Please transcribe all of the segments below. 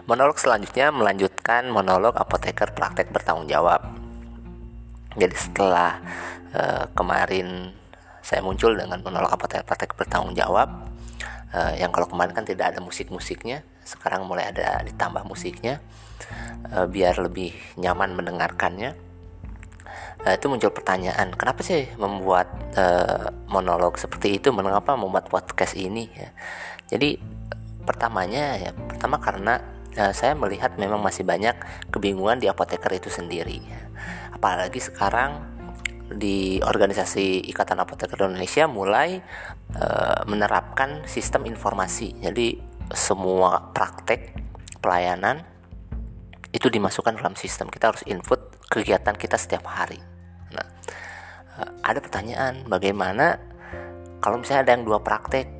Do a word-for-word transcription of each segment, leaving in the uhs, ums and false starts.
Monolog selanjutnya melanjutkan monolog apoteker praktek bertanggung jawab. Jadi setelah uh, kemarin saya muncul dengan monolog apoteker praktek bertanggung jawab, uh, yang kalau kemarin kan tidak ada musik-musiknya, sekarang mulai ada ditambah musiknya, uh, biar lebih nyaman mendengarkannya. Uh, itu muncul pertanyaan, kenapa sih membuat uh, monolog seperti itu? Mengapa membuat podcast ini? Ya. Jadi pertamanya ya, pertama karena uh, saya melihat memang masih banyak kebingungan di apoteker itu sendiri. Ya. Apalagi sekarang di organisasi Ikatan Apoteker Indonesia mulai uh, menerapkan sistem informasi. Jadi semua praktek pelayanan itu dimasukkan dalam sistem. Kita harus input kegiatan kita setiap hari. Nah, uh, ada pertanyaan, bagaimana kalau misalnya ada yang dua praktek?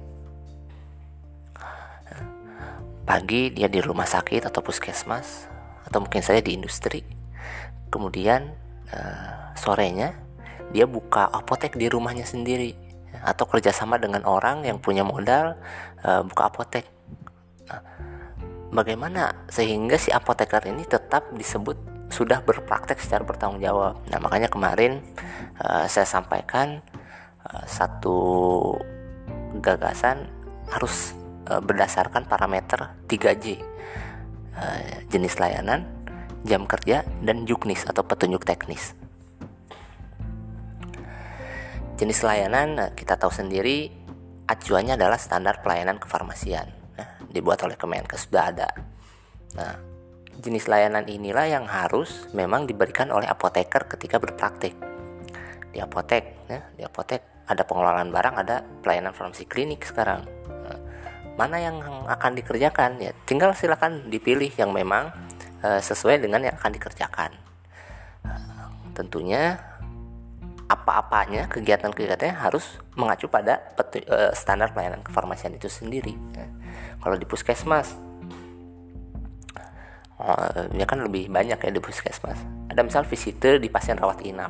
Pagi dia di rumah sakit atau puskesmas, atau mungkin saya di industri. Kemudian uh, sorenya dia buka apotek di rumahnya sendiri, atau kerjasama dengan orang yang punya modal uh, buka apotek. Nah, bagaimana sehingga si apoteker ini tetap disebut sudah berpraktek secara bertanggung jawab? Nah, makanya kemarin uh, saya sampaikan uh, satu gagasan harus uh, berdasarkan parameter tiga J, uh, jenis layanan, jam kerja, dan juknis atau petunjuk teknis. Jenis layanan kita tahu sendiri, acuannya adalah standar pelayanan kefarmasian. Nah, dibuat oleh Kemenkes, sudah ada. Nah, jenis layanan inilah yang harus memang diberikan oleh apoteker ketika berpraktik. Di apotek, ya, di apotek ada pengelolaan barang, ada pelayanan farmasi klinik sekarang. Nah, mana yang akan dikerjakan? Ya, tinggal silakan dipilih yang memang uh, sesuai dengan yang akan dikerjakan. Uh, tentunya apa-apanya, kegiatan-kegiatannya harus mengacu pada petu, uh, standar pelayanan kefarmasian itu sendiri. Nah, kalau di puskesmas, uh, ya kan lebih banyak ya di puskesmas. Ada misal visite di pasien rawat inap.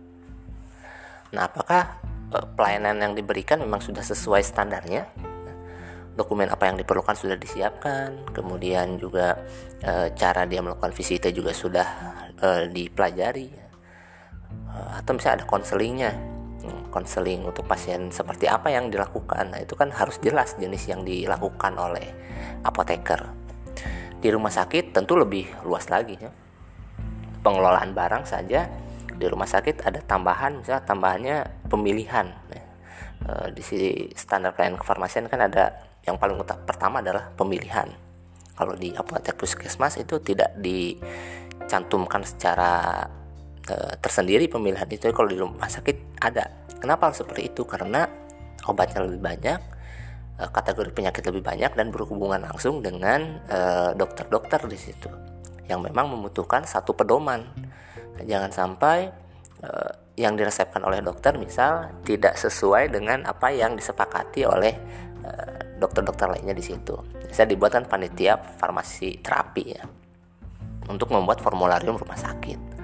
Nah, apakah uh, pelayanan yang diberikan memang sudah sesuai standarnya? Nah, dokumen apa yang diperlukan sudah disiapkan, kemudian juga uh, cara dia melakukan visite juga sudah uh, dipelajari. Atau misalnya ada konselingnya, konseling untuk pasien seperti apa yang dilakukan. Nah, itu kan harus jelas jenis yang dilakukan oleh apoteker. Di rumah sakit tentu lebih luas lagi ya. Pengelolaan barang saja di rumah sakit ada tambahan, misalnya tambahannya pemilihan. Nah, di sisi standar pelayanan kefarmasian kan ada yang paling utama, pertama adalah pemilihan. Kalau di apotek puskesmas itu tidak dicantumkan secara tersendiri pemilihan itu. Kalau di rumah sakit ada. Kenapa seperti itu? Karena obatnya lebih banyak, kategori penyakit lebih banyak, dan berhubungan langsung dengan e, dokter-dokter di situ yang memang membutuhkan satu pedoman. Jangan sampai e, yang diresepkan oleh dokter misal tidak sesuai dengan apa yang disepakati oleh e, dokter-dokter lainnya di situ. Saya dibuatkan panitia farmasi terapi ya, untuk membuat formularium rumah sakit.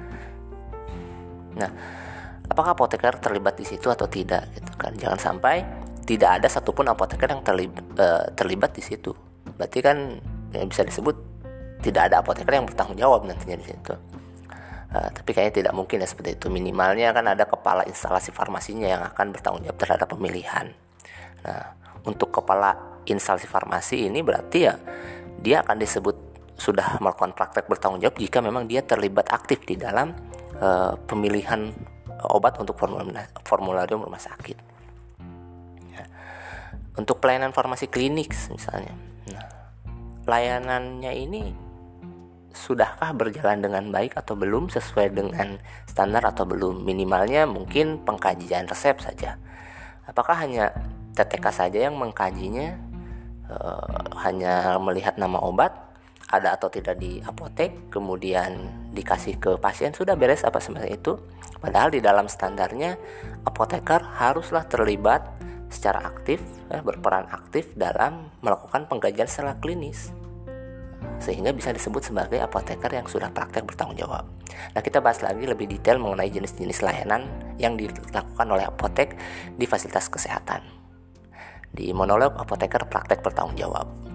Nah, apakah apoteker terlibat di situ atau tidak gitu kan? Jangan sampai tidak ada satupun apoteker yang terlibat, uh, terlibat di situ. Berarti kan ya bisa disebut tidak ada apoteker yang bertanggung jawab nantinya di situ. Uh, tapi kayaknya tidak mungkin ya seperti itu. Minimalnya kan ada kepala instalasi farmasinya yang akan bertanggung jawab terhadap pemilihan. Nah, untuk kepala instalasi farmasi ini berarti ya dia akan disebut sudah melakukan praktek bertanggung jawab jika memang dia terlibat aktif di dalam Uh, pemilihan obat untuk formularium rumah sakit. Ya. Untuk pelayanan farmasi klinik misalnya, nah, pelayanannya ini sudahkah berjalan dengan baik atau belum, sesuai dengan standar atau belum? Minimalnya mungkin pengkajian resep saja. Apakah hanya T T K saja yang mengkajinya, uh, hanya melihat nama obat ada atau tidak di apotek, kemudian dikasih ke pasien, sudah beres apa sebenarnya itu? Padahal di dalam standarnya apoteker haruslah terlibat secara aktif, eh, berperan aktif dalam melakukan pengkajian secara klinis, sehingga bisa disebut sebagai apoteker yang sudah praktek bertanggung jawab. Nah, kita bahas lagi lebih detail mengenai jenis-jenis layanan yang dilakukan oleh apotek di fasilitas kesehatan di monolog apoteker praktek bertanggung jawab.